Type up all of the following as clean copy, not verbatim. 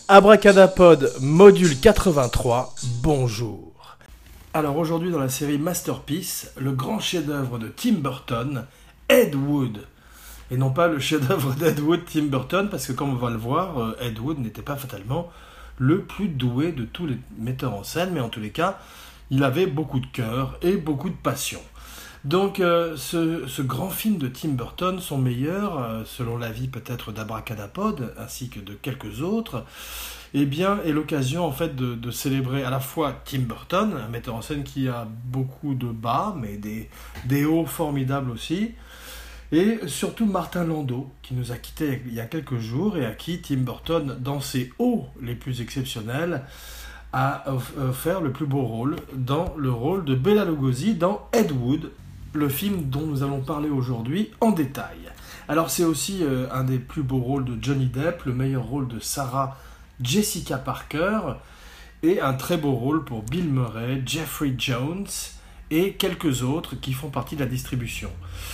Abracadapod, module 83, bonjour. Alors aujourd'hui dans la série Masterpiece, le grand chef-d'œuvre de Tim Burton, Ed Wood. Et non pas le chef-d'œuvre d'Ed Wood, Tim Burton, parce que comme on va le voir, Ed Wood n'était pas fatalement le plus doué de tous les metteurs en scène, mais en tous les cas, il avait beaucoup de cœur et beaucoup de passion. Donc ce grand film de Tim Burton, son meilleur, selon l'avis peut-être d'Abracadapod, ainsi que de quelques autres, eh bien, est l'occasion en fait de célébrer à la fois Tim Burton, un metteur en scène qui a beaucoup de bas, mais des hauts formidables aussi, et surtout Martin Landau, qui nous a quittés il y a quelques jours, et à qui Tim Burton, dans ses hauts les plus exceptionnels, a offert le plus beau rôle, dans le rôle de Bela Lugosi dans Ed Wood, le film dont nous allons parler aujourd'hui en détail. Alors c'est aussi un des plus beaux rôles de Johnny Depp, le meilleur rôle de Sarah Jessica Parker, et un très beau rôle pour Bill Murray, Jeffrey Jones et quelques autres qui font partie de la distribution.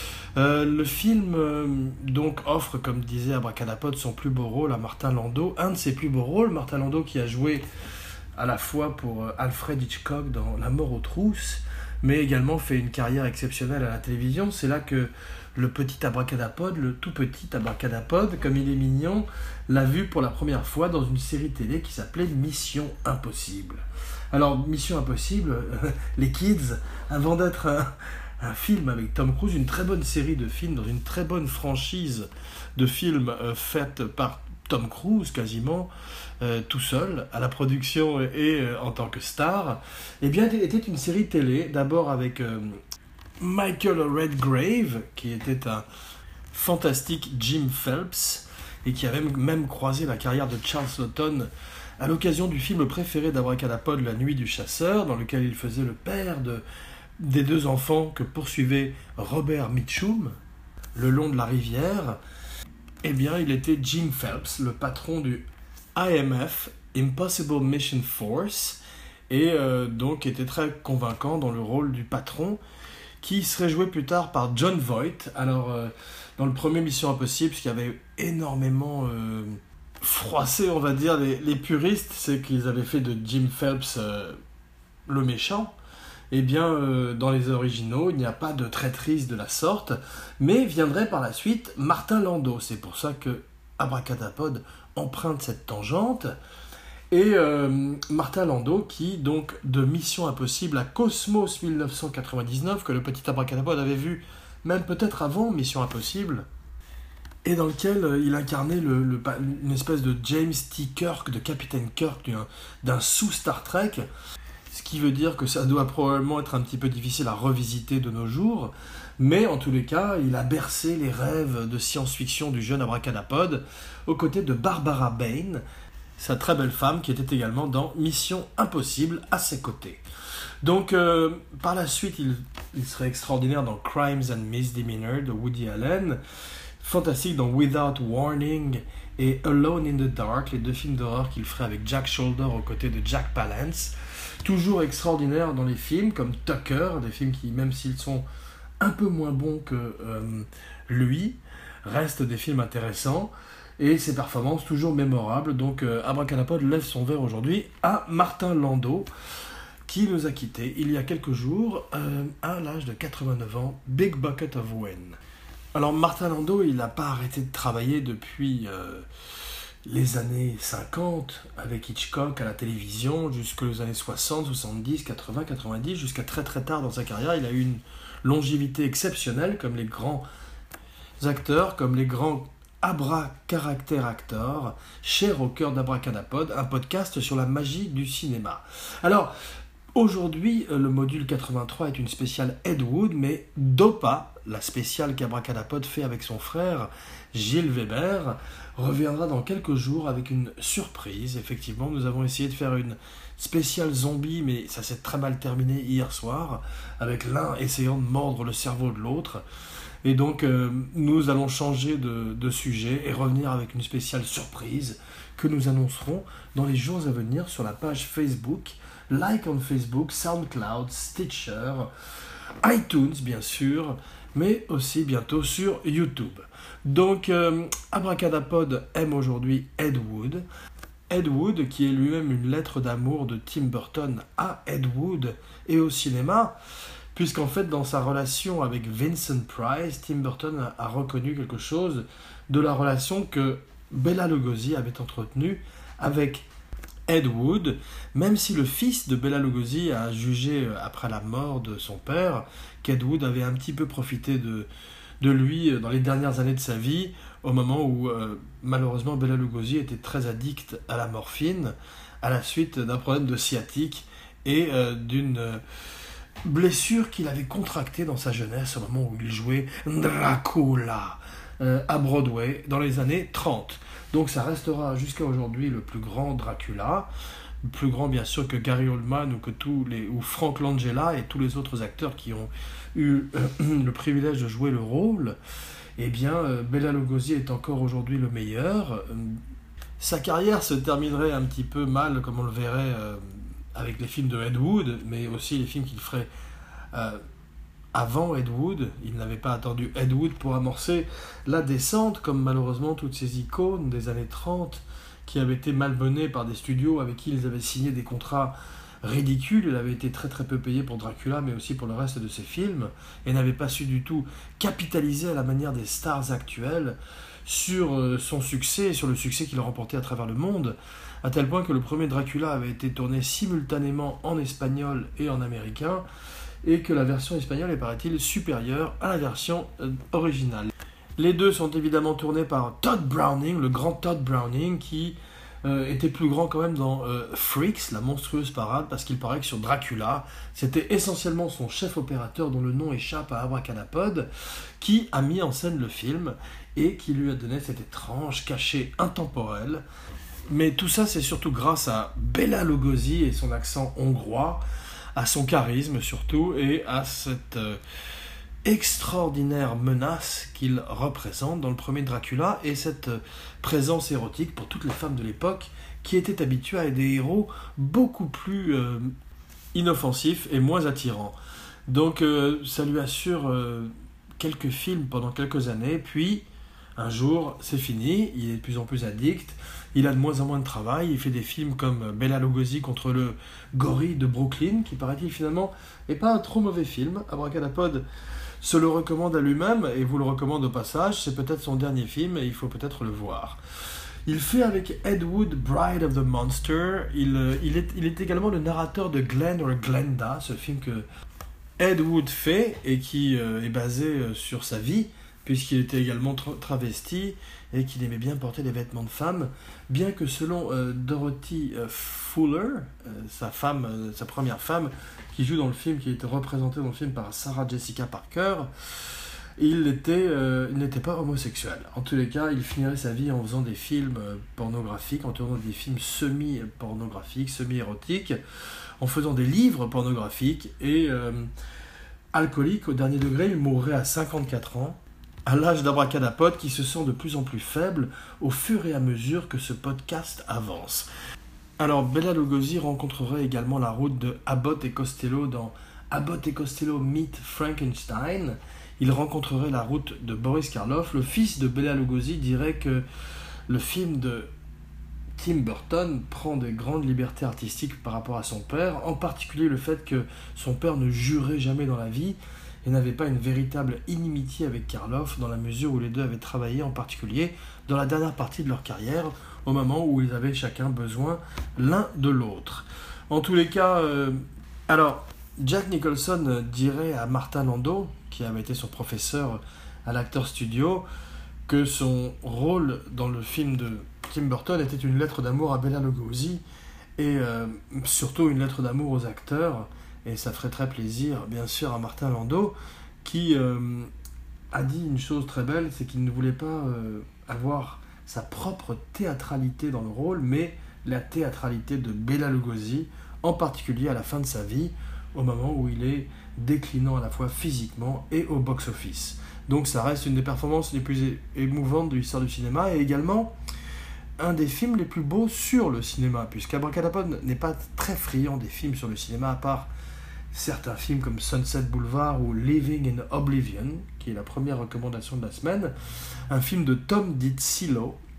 Le film donc offre, comme disait Abracadapod, son plus beau rôle à Martin Landau, un de ses plus beaux rôles, Martin Landau qui a joué à la fois pour Alfred Hitchcock dans La mort aux trousses, mais également fait une carrière exceptionnelle à la télévision. C'est là que le petit Abracadapod, le tout petit Abracadapod, comme il est mignon, l'a vu pour la première fois dans une série télé qui s'appelait Mission Impossible. Alors, Mission Impossible, les kids, avant d'être un film avec Tom Cruise, une très bonne série de films dans une très bonne franchise de films faite par Tom Cruise quasiment, tout seul, à la production et en tant que star, eh bien, était une série télé, d'abord avec Michael Redgrave, qui était un fantastique Jim Phelps, et qui avait même croisé la carrière de Charles Laughton à l'occasion du film préféré d'Abracadapod, La nuit du chasseur, dans lequel il faisait le père des deux enfants que poursuivait Robert Mitchum, le long de la rivière. Eh bien, il était Jim Phelps, le patron du IMF, Impossible Mission Force, et donc était très convaincant dans le rôle du patron, qui serait joué plus tard par Jon Voight. Alors, dans le premier Mission Impossible, ce qui avait énormément froissé, on va dire, les puristes, c'est qu'ils avaient fait de Jim Phelps le méchant. Eh bien, dans les originaux, il n'y a pas de traîtrise de la sorte, mais viendrait par la suite Martin Landau. C'est pour ça que Abracadapod emprunte cette tangente. Et Martin Landau, qui, donc, de Mission Impossible à Cosmos 1999, que le petit Abracadapod avait vu, même peut-être avant Mission Impossible, et dans lequel il incarnait une espèce de James T. Kirk, de Capitaine Kirk, d'un sous-Star Trek, ce qui veut dire que ça doit probablement être un petit peu difficile à revisiter de nos jours, mais en tous les cas, il a bercé les rêves de science-fiction du jeune Abracadapod, aux côtés de Barbara Bain, sa très belle femme qui était également dans Mission Impossible à ses côtés. Donc par la suite, il serait extraordinaire dans Crimes and Misdemeanors de Woody Allen, fantastique dans Without Warning et Alone in the Dark, les deux films d'horreur qu'il ferait avec Jack Shoulder aux côtés de Jack Palance. Toujours extraordinaire dans les films comme Tucker, des films qui, même s'ils sont un peu moins bons que lui, restent des films intéressants. Et ses performances toujours mémorables. Donc Abracadapod lève son verre aujourd'hui à Martin Landau, qui nous a quittés il y a quelques jours à l'âge de 89 ans, Big Bucket of Wine. Alors Martin Landau, il n'a pas arrêté de travailler depuis les années 50 avec Hitchcock à la télévision, jusqu'aux années 60, 70, 80, 90, jusqu'à très très tard dans sa carrière. Il a eu une longévité exceptionnelle, comme les grands acteurs, comme les grands Abra-Caractère Actor, cher au cœur d'Abracadapod, un podcast sur la magie du cinéma. Alors, aujourd'hui, le module 83 est une spéciale Ed Wood, mais Dopa, la spéciale qu'Abracadapod fait avec son frère Gilles Weber, reviendra dans quelques jours avec une surprise. Effectivement, nous avons essayé de faire une spéciale zombie, mais ça s'est très mal terminé hier soir, avec l'un essayant de mordre le cerveau de l'autre. Et donc, nous allons changer de sujet et revenir avec une spéciale surprise que nous annoncerons dans les jours à venir sur la page Facebook, like on Facebook, SoundCloud, Stitcher, iTunes bien sûr, mais aussi bientôt sur YouTube. Donc, Abracadapod aime aujourd'hui Ed Wood. Ed Wood, qui est lui-même une lettre d'amour de Tim Burton à Ed Wood et au cinéma, puisqu'en fait, dans sa relation avec Vincent Price, Tim Burton a reconnu quelque chose de la relation que Bela Lugosi avait entretenue avec Ed Wood, même si le fils de Bela Lugosi a jugé, après la mort de son père, qu'Ed Wood avait un petit peu profité de lui dans les dernières années de sa vie, au moment où malheureusement Bela Lugosi était très addict à la morphine, à la suite d'un problème de sciatique et d'une blessure qu'il avait contractée dans sa jeunesse au moment où il jouait Dracula à Broadway dans les années 30. Donc ça restera jusqu'à aujourd'hui le plus grand Dracula, plus grand bien sûr que Gary Oldman ou Frank Langella et tous les autres acteurs qui ont eu le privilège de jouer le rôle. Eh bien, Bela Lugosi est encore aujourd'hui le meilleur. Sa carrière se terminerait un petit peu mal, comme on le verrait avec les films de Ed Wood, mais aussi les films qu'il ferait avant Ed Wood. Il n'avait pas attendu Ed Wood pour amorcer la descente, comme malheureusement toutes ces icônes des années 30 qui avaient été malmenées par des studios avec qui ils avaient signé des contrats ridicules. Il avait été très très peu payé pour Dracula, mais aussi pour le reste de ses films, et n'avait pas su du tout capitaliser à la manière des stars actuelles sur son succès, sur le succès qu'il a remporté à travers le monde, à tel point que le premier Dracula avait été tourné simultanément en espagnol et en américain, et que la version espagnole est, paraît-il, supérieure à la version originale. Les deux sont évidemment tournés par Todd Browning, le grand Todd Browning, qui était plus grand quand même dans Freaks, la monstrueuse parade, parce qu'il paraît que sur Dracula, c'était essentiellement son chef opérateur, dont le nom échappe à Abracadapod, qui a mis en scène le film et qui lui a donné cet étrange cachet intemporel. Mais tout ça, c'est surtout grâce à Bela Lugosi et son accent hongrois, à son charisme surtout, et à cette extraordinaire menace qu'il représente dans le premier Dracula, et cette présence érotique pour toutes les femmes de l'époque qui étaient habituées à des héros beaucoup plus inoffensifs et moins attirants. Donc ça lui assure quelques films pendant quelques années, puis un jour c'est fini, il est de plus en plus addict, il a de moins en moins de travail, il fait des films comme Bela Lugosi contre le gorille de Brooklyn, qui paraît-il finalement n'est pas un trop mauvais film. Abracadapod se le recommande à lui-même, et vous le recommande au passage, c'est peut-être son dernier film, et il faut peut-être le voir. Il fait avec Ed Wood Bride of the Monster, il est également le narrateur de Glen or Glenda, ce film que Ed Wood fait, et qui est basé sur sa vie, puisqu'il était également travesti, et qu'il aimait bien porter des vêtements de femme, bien que selon Dorothy Fuller, sa première femme, qui joue dans le film, qui a été représentée dans le film par Sarah Jessica Parker, il n'était pas homosexuel. En tous les cas, il finirait sa vie en faisant des films pornographiques, en tournant des films semi-pornographiques, semi-érotiques, en faisant des livres pornographiques, et alcoolique au dernier degré. Il mourrait à 54 ans, à l'âge d'Abracadapod, qui se sent de plus en plus faible au fur et à mesure que ce podcast avance. Alors, Bela Lugosi rencontrerait également la route de Abbott et Costello dans Abbott et Costello Meet Frankenstein. Il rencontrerait la route de Boris Karloff. Le fils de Bela Lugosi dirait que le film de Tim Burton prend de grandes libertés artistiques par rapport à son père, en particulier le fait que son père ne jurait jamais dans la vie et n'avait pas une véritable inimitié avec Karloff, dans la mesure où les deux avaient travaillé en particulier dans la dernière partie de leur carrière, au moment où ils avaient chacun besoin l'un de l'autre. En tous les cas, alors Jack Nicholson dirait à Martin Landau, qui avait été son professeur à l'Actors Studio, que son rôle dans le film de Tim Burton était une lettre d'amour à Bela Lugosi, et surtout une lettre d'amour aux acteurs. Et ça ferait très plaisir, bien sûr, à Martin Landau, qui a dit une chose très belle, c'est qu'il ne voulait pas avoir sa propre théâtralité dans le rôle, mais la théâtralité de Bela Lugosi, en particulier à la fin de sa vie, au moment où il est déclinant à la fois physiquement et au box-office. Donc ça reste une des performances les plus émouvantes de l'histoire du cinéma, et également un des films les plus beaux sur le cinéma, puisqu'Abracadapod n'est pas très friand des films sur le cinéma, à part certains films comme Sunset Boulevard ou Living in Oblivion, qui est la première recommandation de la semaine, un film de Tom DiCillo,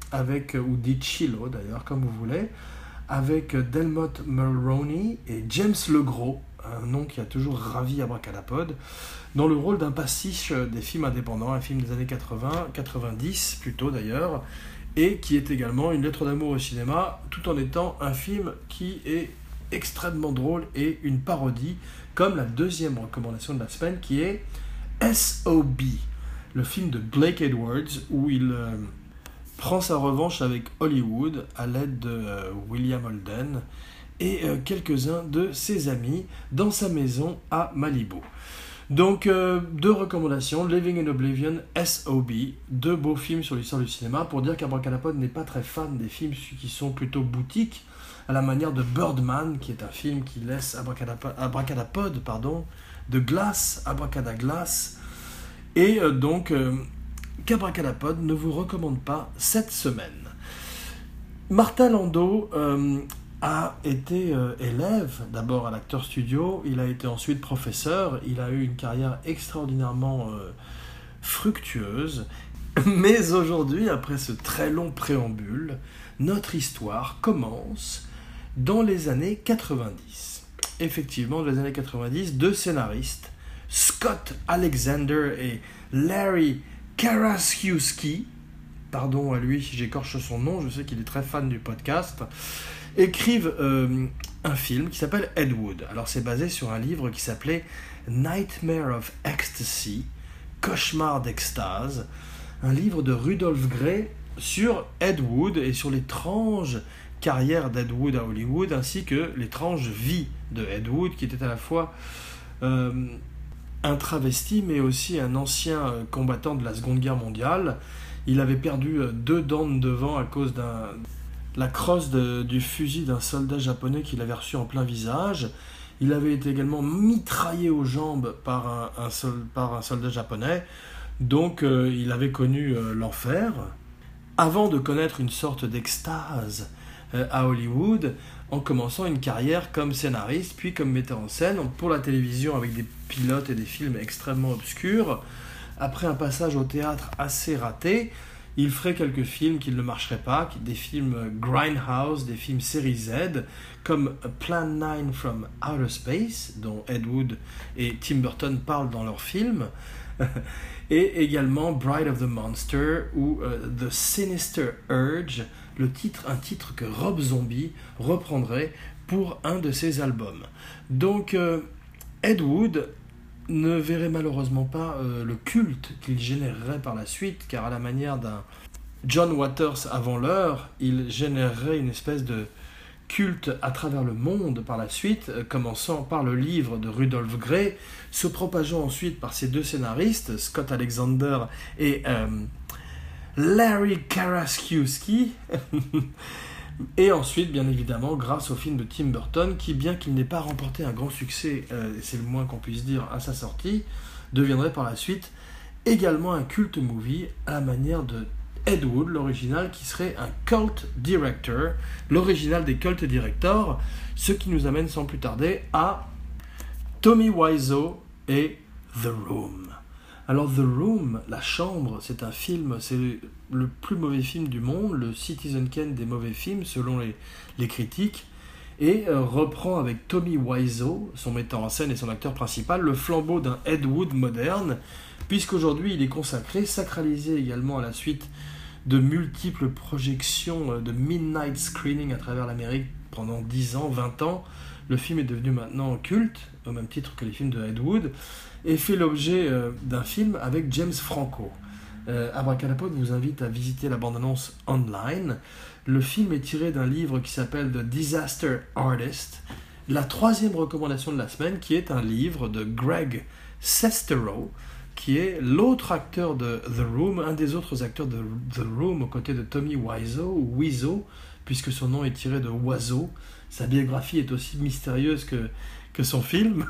ou DiCillo d'ailleurs, comme vous voulez, avec Delmot Mulroney et James Legros, un nom qui a toujours ravi Abracadapod, dans le rôle d'un pastiche des films indépendants, un film des années 80, 90 plutôt d'ailleurs, et qui est également une lettre d'amour au cinéma, tout en étant un film qui est extrêmement drôle et une parodie, comme la deuxième recommandation de la semaine, qui est S.O.B., le film de Blake Edwards, où il prend sa revanche avec Hollywood à l'aide de William Holden et quelques-uns de ses amis dans sa maison à Malibu. Donc, deux recommandations, Living in Oblivion, S.O.B., deux beaux films sur l'histoire du cinéma, pour dire qu'Abracadapod n'est pas très fan des films qui sont plutôt boutiques, à la manière de Birdman, qui est un film qui laisse Abracadapod, de glace, Abracadaglace, et donc qu'Abracadapod ne vous recommande pas cette semaine. Martin Landau a été élève d'abord à l'Actors Studio, il a été ensuite professeur, il a eu une carrière extraordinairement fructueuse, mais aujourd'hui, après ce très long préambule, notre histoire commence dans les années 90. Effectivement, dans les années 90, deux scénaristes, Scott Alexander et Larry Karaszewski, pardon à lui si j'écorche son nom, je sais qu'il est très fan du podcast, écrivent un film qui s'appelle Ed Wood. Alors c'est basé sur un livre qui s'appelait Nightmare of Ecstasy, Cauchemar d'extase, un livre de Rudolph Gray sur Ed Wood et sur l'étrange carrière d'Ed Wood à Hollywood, ainsi que l'étrange vie de Ed Wood, qui était à la fois un travesti, mais aussi un ancien combattant de la Seconde Guerre mondiale. Il avait perdu 2 dents de devant à cause de la crosse du fusil d'un soldat japonais qu'il avait reçu en plein visage. Il avait été également mitraillé aux jambes par un soldat japonais, donc il avait connu l'enfer, avant de connaître une sorte d'extase à Hollywood, en commençant une carrière comme scénariste, puis comme metteur en scène pour la télévision avec des pilotes et des films extrêmement obscurs. Après un passage au théâtre assez raté, il ferait quelques films qui ne marcheraient pas, des films Grindhouse, des films série Z, comme Plan 9 from Outer Space, dont Ed Wood et Tim Burton parlent dans leurs films, et également Bride of the Monster ou The Sinister Urge, un titre que Rob Zombie reprendrait pour un de ses albums. Donc Ed Wood ne verrait malheureusement pas le culte qu'il générerait par la suite, car à la manière d'un John Waters avant l'heure, il générerait une espèce de culte à travers le monde par la suite, commençant par le livre de Rudolph Gray, se propageant ensuite par ses deux scénaristes, Scott Alexander et Larry Karaszewski, et ensuite, bien évidemment, grâce au film de Tim Burton, qui, bien qu'il n'ait pas remporté un grand succès, c'est le moins qu'on puisse dire, à sa sortie, deviendrait par la suite également un cult movie à la manière de Ed Wood, l'original, qui serait un cult director, l'original des cult directors, ce qui nous amène sans plus tarder à Tommy Wiseau et The Room. Alors The Room, La Chambre, c'est un film, c'est le plus mauvais film du monde, le Citizen Kane des mauvais films selon les critiques, et reprend avec Tommy Wiseau, son metteur en scène et son acteur principal, le flambeau d'un Ed Wood moderne, puisqu'aujourd'hui il est consacré, sacralisé également à la suite de multiples projections de midnight screening à travers l'Amérique pendant 10 ans, 20 ans. Le film est devenu maintenant culte, au même titre que les films de Ed Wood, et fait l'objet d'un film avec James Franco. Abracadapod vous invite à visiter la bande-annonce online. Le film est tiré d'un livre qui s'appelle The Disaster Artist, la troisième recommandation de la semaine, qui est un livre de Greg Sestero, qui est l'autre acteur de The Room, un des autres acteurs de The Room, aux côtés de Tommy Wiseau, ou Wiseau, puisque son nom est tiré de oiseau. Sa biographie est aussi mystérieuse que son film.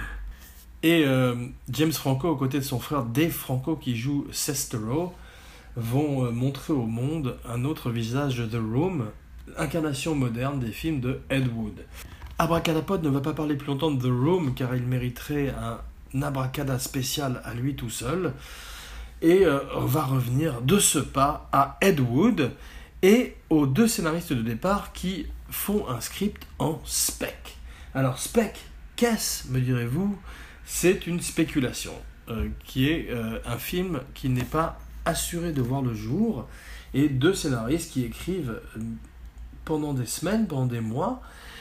Et James Franco, aux côtés de son frère Dave Franco, qui joue Sestero, vont montrer au monde un autre visage de The Room, incarnation moderne des films de Ed Wood. Abracadapod ne va pas parler plus longtemps de The Room, car il mériterait un abracada spécial à lui tout seul, et on va revenir de ce pas à Ed Wood, et aux 2 scénaristes de départ qui font un script en spec. Alors spec, qu'est-ce, me direz-vous? C'est une spéculation, qui est un film qui n'est pas assuré de voir le jour, et 2 scénaristes qui écrivent pendant des semaines, pendant des mois,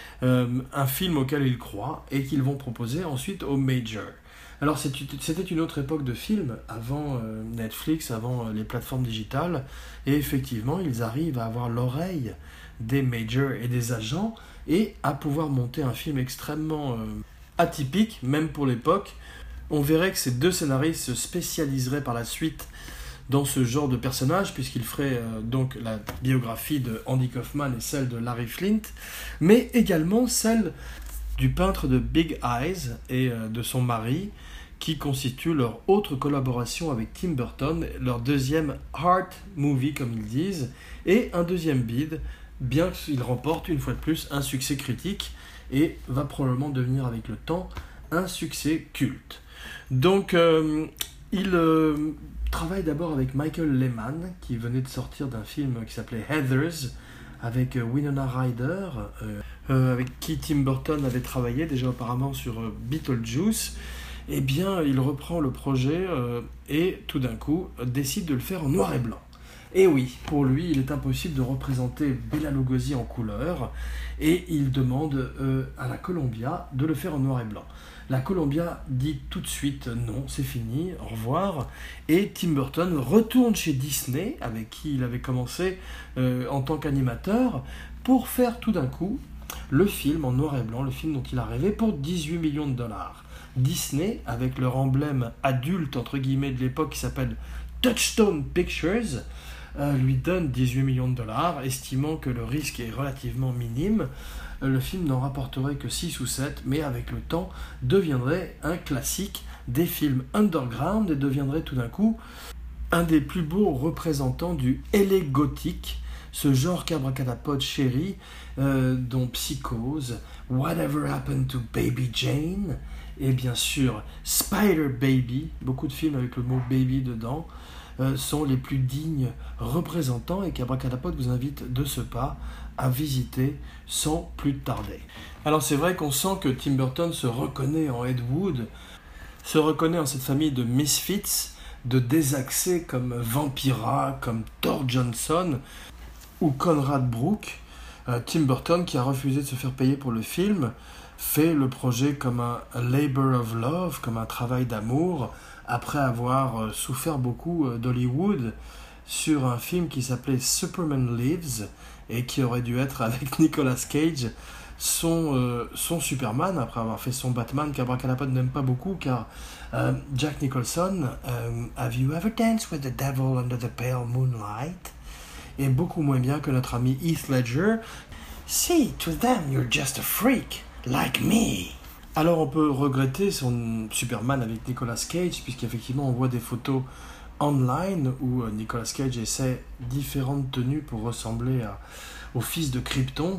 un film auquel ils croient et qu'ils vont proposer ensuite au major. Alors c'était une autre époque de film, avant Netflix, avant les plateformes digitales, et effectivement ils arrivent à avoir l'oreille des majors et des agents et à pouvoir monter un film extrêmement atypique, même pour l'époque. On verrait que ces 2 scénaristes se spécialiseraient par la suite dans ce genre de personnage, puisqu'il ferait donc la biographie de Andy Kaufman et celle de Larry Flint, mais également celle du peintre de Big Eyes et de son mari, qui constitue leur autre collaboration avec Tim Burton, leur deuxième art movie comme ils disent, et un deuxième bid, bien qu'il remporte une fois de plus un succès critique, et va probablement devenir avec le temps un succès culte. Donc il travaille d'abord avec Michael Lehmann, qui venait de sortir d'un film qui s'appelait Heathers, avec Winona Ryder, avec qui Tim Burton avait travaillé déjà auparavant sur Beetlejuice. Eh bien, il reprend le projet et tout d'un coup décide de le faire en noir et blanc. Et oui, pour lui, il est impossible de représenter Bela Lugosi en couleur, et il demande à la Columbia de le faire en noir et blanc. La Columbia dit tout de suite non, c'est fini, au revoir, et Tim Burton retourne chez Disney, avec qui il avait commencé en tant qu'animateur, pour faire tout d'un coup le film en noir et blanc, le film dont il a rêvé, pour 18 millions de dollars. Disney, avec leur emblème adulte, entre guillemets, de l'époque, qui s'appelle Touchstone Pictures, lui donne 18 millions de dollars, estimant que le risque est relativement minime. Le film n'en rapporterait que 6 ou 7, mais avec le temps deviendrait un classique des films underground et deviendrait tout d'un coup un des plus beaux représentants du LA gothique, ce genre qu'abracadapod chéri, dont Psychose, Whatever Happened to Baby Jane, et bien sûr Spider Baby, beaucoup de films avec le mot baby dedans, sont les plus dignes représentants, et qu'Abracadapod vous invite de ce pas à visiter sans plus tarder. Alors c'est vrai qu'on sent que Tim Burton se reconnaît en Ed Wood, se reconnaît en cette famille de misfits, de désaxés comme Vampira, comme Thor Johnson ou Conrad Brooke. Tim Burton, qui a refusé de se faire payer pour le film, fait le projet comme un labor of love, comme un travail d'amour, après avoir souffert beaucoup d'Hollywood sur un film qui s'appelait Superman Lives, et qui aurait dû être avec Nicolas Cage son Superman, après avoir fait son Batman qu'Abracadapod n'aime pas beaucoup, car Jack Nicholson, Have You Ever Danced with the Devil Under the Pale Moonlight, est beaucoup moins bien que notre ami Heath Ledger. See, to them you're just a freak, like me. Alors on peut regretter son Superman avec Nicolas Cage, puisqu'effectivement on voit des photos online où Nicolas Cage essaie différentes tenues pour ressembler au fils de Krypton.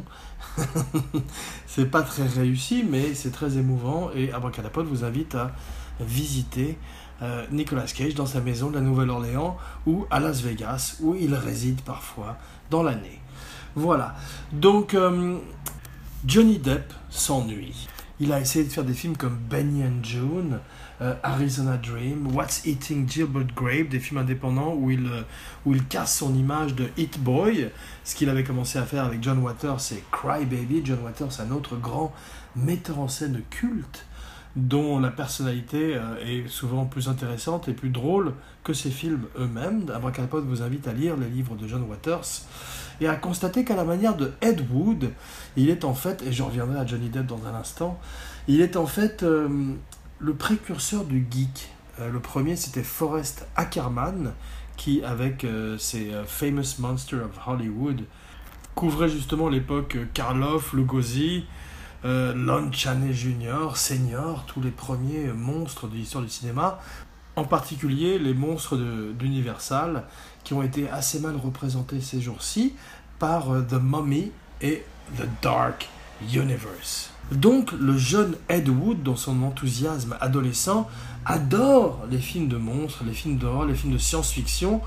C'est pas très réussi, mais c'est très émouvant, et Abracadapod vous invite à visiter Nicolas Cage dans sa maison de la Nouvelle-Orléans ou à Las Vegas, où il réside parfois dans l'année. Voilà, donc Johnny Depp s'ennuie. Il a essayé de faire des films comme Benny and June, Arizona Dream, What's Eating Gilbert Grape, des films indépendants où il casse son image de Hit Boy. Ce qu'il avait commencé à faire avec John Waters, c'est Cry Baby. John Waters, un autre grand metteur en scène culte, dont la personnalité est souvent plus intéressante et plus drôle que ses films eux-mêmes. Abracadapod vous invite à lire les livres de John Waters et à constater qu'à la manière de Ed Wood, il est en fait, et je reviendrai à Johnny Depp dans un instant, il est en fait le précurseur du geek. Le premier, c'était Forrest Ackerman, qui, avec ses Famous Monsters of Hollywood, couvrait justement l'époque Karloff, Lugosi, Lon Chaney Jr., Senior, tous les premiers monstres de l'histoire du cinéma, en particulier les monstres d'Universal, qui ont été assez mal représentés ces jours-ci par The Mummy et The Dark Universe. Donc le jeune Ed Wood, dans son enthousiasme adolescent, adore les films de monstres, les films d'horreur, les films de science-fiction,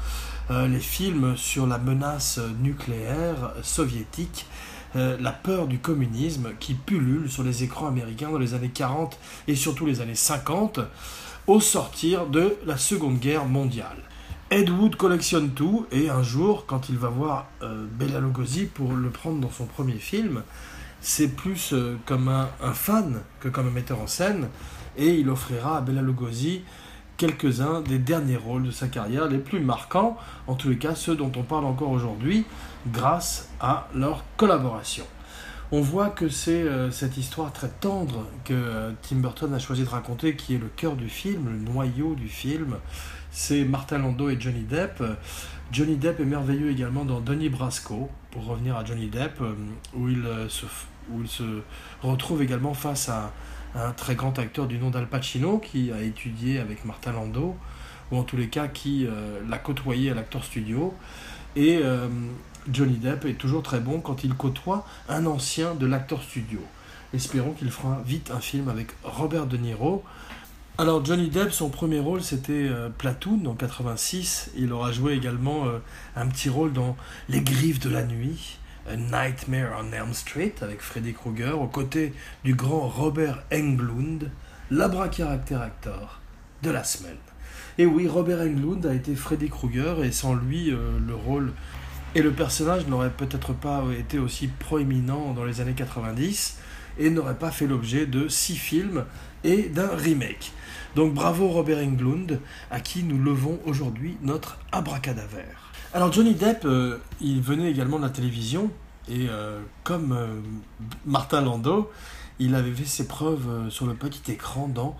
les films sur la menace nucléaire soviétique, la peur du communisme qui pullule sur les écrans américains dans les années 40 et surtout les années 50, au sortir de la Seconde Guerre mondiale. Ed Wood collectionne tout et un jour, quand il va voir Bela Lugosi pour le prendre dans son premier film, c'est plus comme un fan que comme un metteur en scène, et il offrira à Bela Lugosi quelques-uns des derniers rôles de sa carrière, les plus marquants, en tous les cas ceux dont on parle encore aujourd'hui, grâce à leur collaboration. On voit que c'est cette histoire très tendre que Tim Burton a choisi de raconter, qui est le cœur du film, le noyau du film. C'est Martin Landau et Johnny Depp. Johnny Depp est merveilleux également dans Donnie Brasco, pour revenir à Johnny Depp, où il se retrouve également face à un très grand acteur du nom d'Al Pacino, qui a étudié avec Martin Landau, ou en tous les cas qui l'a côtoyé à l'Actors Studio. Et Johnny Depp est toujours très bon quand il côtoie un ancien de l'Actors Studio. Espérons qu'il fera vite un film avec Robert De Niro. Alors Johnny Depp, son premier rôle c'était Platoon en 86. Il aura joué également un petit rôle dans Les Griffes de la Nuit, A Nightmare on Elm Street avec Freddy Krueger, aux côtés du grand Robert Englund, l'abracadabra actor de la semaine. Et oui, Robert Englund a été Freddy Krueger, et sans lui, le rôle et le personnage n'auraient peut-être pas été aussi proéminents dans les années 90 et n'auraient pas fait l'objet de 6 films et d'un remake. Donc bravo Robert Englund, à qui nous levons aujourd'hui notre abracadaver. Alors Johnny Depp, il venait également de la télévision, et comme Martin Landau, il avait fait ses preuves sur le petit écran dans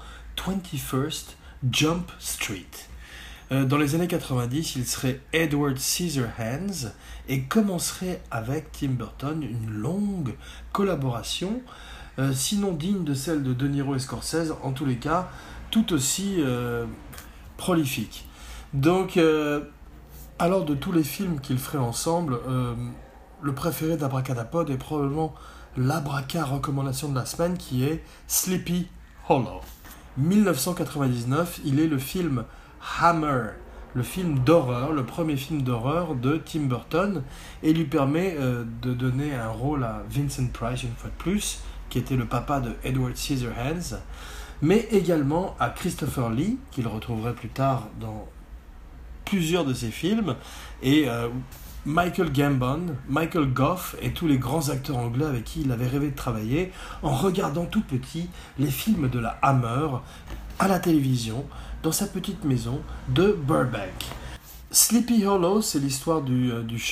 21st Jump Street. Dans les années 90, il serait Edward Scissorhands et commencerait avec Tim Burton une longue collaboration, sinon digne de celle de De Niro et Scorsese, en tous les cas tout aussi prolifique. Donc, alors de tous les films qu'ils feraient ensemble, le préféré d'Abracadapod est probablement l'abraca recommandation de la semaine, qui est Sleepy Hollow. 1999, il est le film Hammer, le film d'horreur, le premier film d'horreur de Tim Burton, et lui permet de donner un rôle à Vincent Price, une fois de plus, qui était le papa de Edward Scissorhands, mais également à Christopher Lee, qu'il retrouverait plus tard dans plusieurs de ses films, et Michael Gambon, Michael Gough et tous les grands acteurs anglais avec qui il avait rêvé de travailler en regardant tout petit les films de la Hammer à la télévision dans sa petite maison de Burbank. Sleepy Hollow, c'est l'histoire du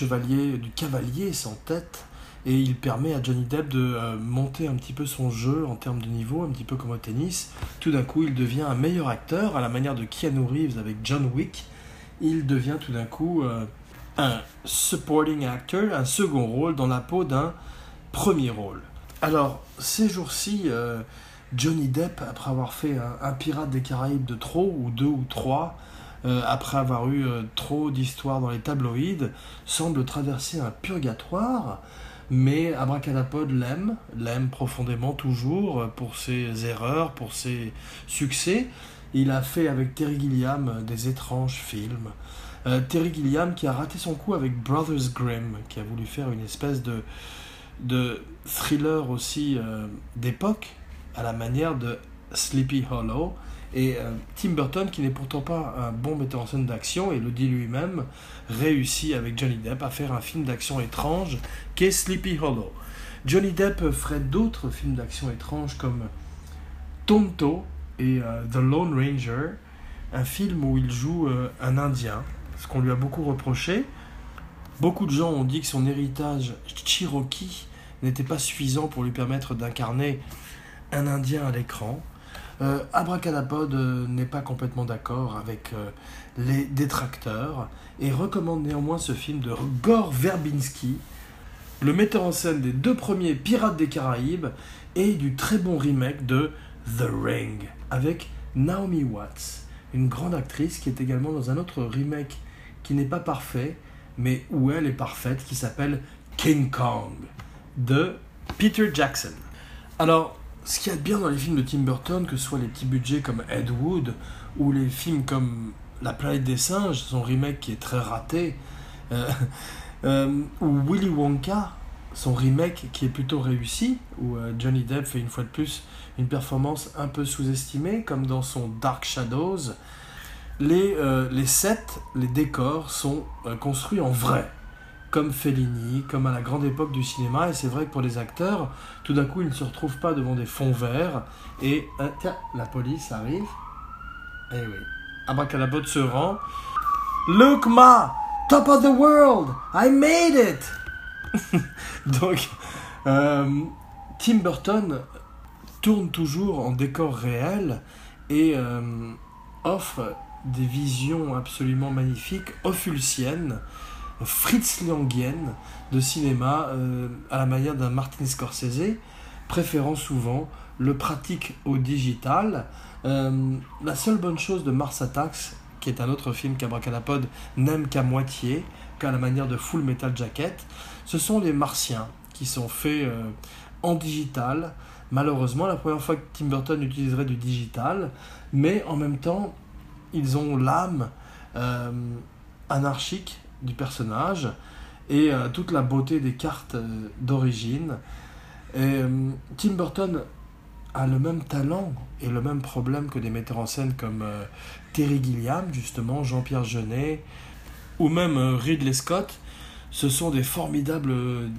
cavalier sans tête, et il permet à Johnny Depp de monter un petit peu son jeu en termes de niveau, un petit peu comme au tennis. Tout d'un coup, il devient un meilleur acteur, à la manière de Keanu Reeves avec John Wick. Il devient tout d'un coup un supporting actor, un second rôle dans la peau d'un premier rôle. Alors, ces jours-ci, Johnny Depp, après avoir fait un Pirate des Caraïbes de trop, ou 2 ou 3, après avoir eu trop d'histoires dans les tabloïds, semble traverser un purgatoire, mais Abracadapod l'aime profondément toujours pour ses erreurs, pour ses succès. Il a fait avec Terry Gilliam des étranges films. Terry Gilliam qui a raté son coup avec Brothers Grimm, qui a voulu faire une espèce de thriller aussi d'époque, à la manière de Sleepy Hollow. Et Tim Burton, qui n'est pourtant pas un bon metteur en scène d'action, et le dit lui-même, réussit avec Johnny Depp à faire un film d'action étrange qu'est Sleepy Hollow. Johnny Depp ferait d'autres films d'action étranges comme Tonto et The Lone Ranger, un film où il joue un Indien, ce qu'on lui a beaucoup reproché. Beaucoup de gens ont dit que son héritage Cherokee n'était pas suffisant pour lui permettre d'incarner un Indien à l'écran. Abracadapod n'est pas complètement d'accord avec les détracteurs et recommande néanmoins ce film de Gore Verbinski, le metteur en scène des 2 premiers Pirates des Caraïbes et du très bon remake de The Ring avec Naomi Watts, une grande actrice qui est également dans un autre remake qui n'est pas parfait mais où elle est parfaite, qui s'appelle King Kong de Peter Jackson. Alors, ce qu'il y a de bien dans les films de Tim Burton, que ce soit les petits budgets comme Ed Wood ou les films comme La planète des singes, son remake qui est très raté, ou Willy Wonka, son remake qui est plutôt réussi, où Johnny Depp fait une fois de plus une performance un peu sous-estimée, comme dans son Dark Shadows. Les sets, les décors sont construits en vrai, comme Fellini, comme à la grande époque du cinéma, et c'est vrai que pour les acteurs, tout d'un coup, ils ne se retrouvent pas devant des fonds verts, et tiens, la police arrive, et oui, Abracadabra se rend. Look ma, top of the world, I made it. Donc, Tim Burton tourne toujours en décor réel et offre des visions absolument magnifiques, ophulciennes, fritzlangiennes de cinéma à la manière d'un Martin Scorsese, préférant souvent le pratique au digital. La seule bonne chose de Mars Attacks, qui est un autre film qu'Abracadapod n'aime qu'à moitié, qu'à la manière de Full Metal Jacket, ce sont les Martiens qui sont faits en digital. Malheureusement, la première fois que Tim Burton utiliserait du digital, mais en même temps, ils ont l'âme anarchique du personnage et toute la beauté des cartes d'origine. Et Tim Burton a le même talent et le même problème que des metteurs en scène comme Terry Gilliam, justement, Jean-Pierre Jeunet, ou même Ridley Scott. Ce sont des formidables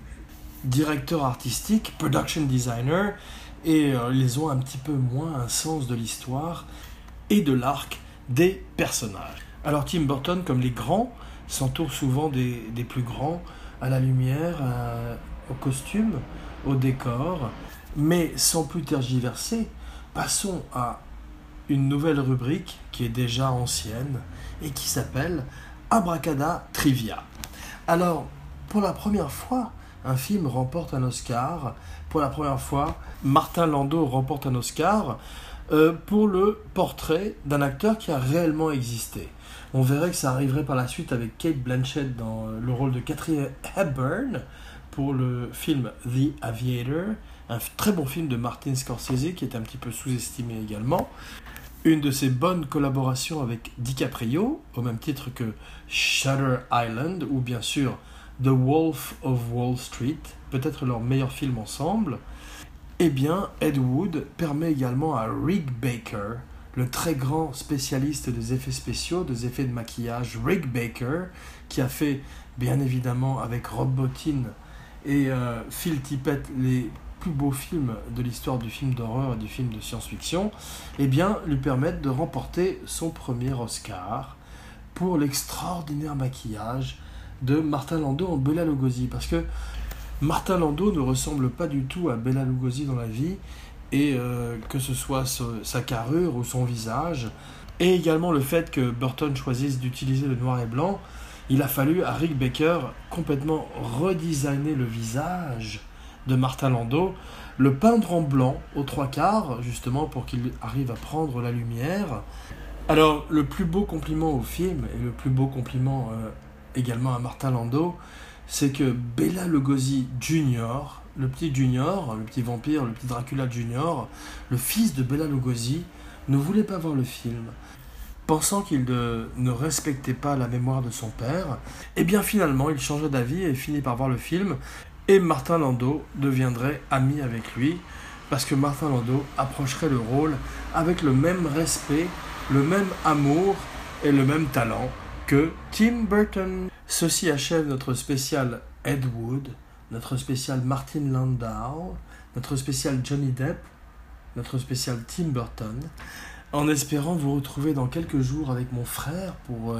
directeurs artistiques, production designers, et ils ont un petit peu moins un sens de l'histoire et de l'arc des personnages. Alors Tim Burton, comme les grands, s'entoure souvent des plus grands, à la lumière, au costume, au décor. Mais sans plus tergiverser, passons à une nouvelle rubrique qui est déjà ancienne et qui s'appelle Abracada Trivia. Alors, pour la première fois, un film remporte un Oscar. Pour la première fois, Martin Landau remporte un Oscar pour le portrait d'un acteur qui a réellement existé. On verrait que ça arriverait par la suite avec Cate Blanchett dans le rôle de Katharine Hepburn pour le film The Aviator, un très bon film de Martin Scorsese qui est un petit peu sous-estimé également. Une de ses bonnes collaborations avec DiCaprio, au même titre que Shutter Island ou bien sûr The Wolf of Wall Street, peut-être leur meilleur film ensemble. Eh bien, Ed Wood permet également à Rick Baker, le très grand spécialiste des effets spéciaux, des effets de maquillage, Rick Baker, qui a fait bien évidemment avec Rob Bottin et Phil Tippett les plus beaux films de l'histoire du film d'horreur et du film de science-fiction, eh bien, lui permettent de remporter son premier Oscar pour l'extraordinaire maquillage de Martin Landau en Bela Lugosi. Parce que Martin Landau ne ressemble pas du tout à Bela Lugosi dans la vie, et que ce soit sa carrure ou son visage, et également le fait que Burton choisisse d'utiliser le noir et blanc, il a fallu à Rick Baker complètement redesigner le visage de Martin Landau, le peindre en blanc aux trois quarts, justement pour qu'il arrive à prendre la lumière. Alors, le plus beau compliment au film, et le plus beau compliment également à Martin Landau, c'est que Bela Lugosi Jr., le petit vampire, le petit Dracula Jr., le fils de Bela Lugosi, ne voulait pas voir le film, pensant qu'il ne respectait pas la mémoire de son père. Et bien finalement, il changea d'avis et finit par voir le film, et Martin Landau deviendrait ami avec lui, parce que Martin Landau approcherait le rôle avec le même respect, le même amour et le même talent que Tim Burton. Ceci achève notre spécial Ed Wood, notre spécial Martin Landau, notre spécial Johnny Depp, notre spécial Tim Burton, en espérant vous retrouver dans quelques jours avec mon frère pour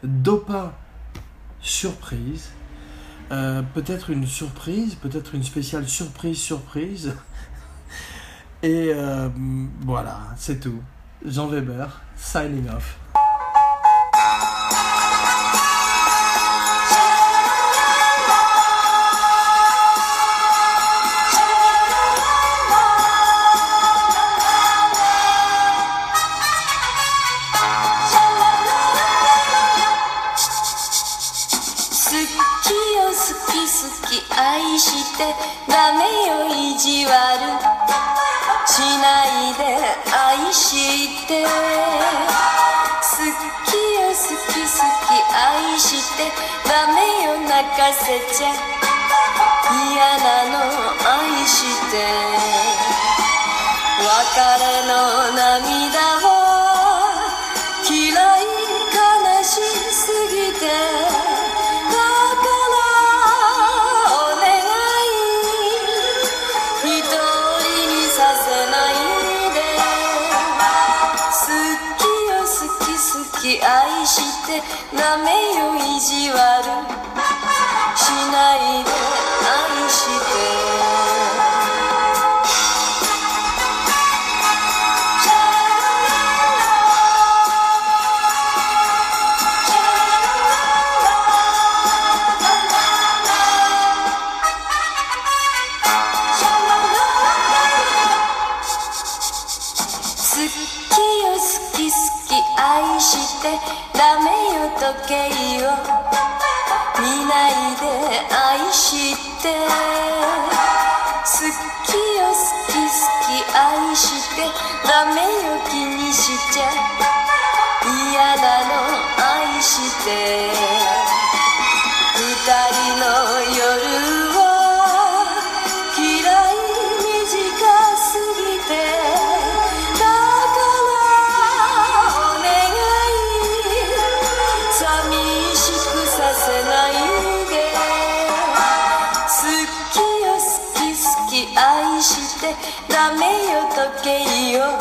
Dopa Surprise. Peut-être une surprise, peut-être une spéciale surprise. Et voilà, c'est tout. Jean Weber, signing off. 愛してダメよ意地悪しないで愛して好きよ好き好き愛してダメよ泣かせちゃ嫌なの愛して別れの涙は嫌い悲しすぎてだからお願い一人にさせないで好きよ好き好き愛してダメよ意地悪しないで愛してダメよ時計を見ないで愛して好きよ好き好き愛してダメよ気にしちゃ嫌なの愛して二人の夜は嫌い短すぎて愛してダメよ時計を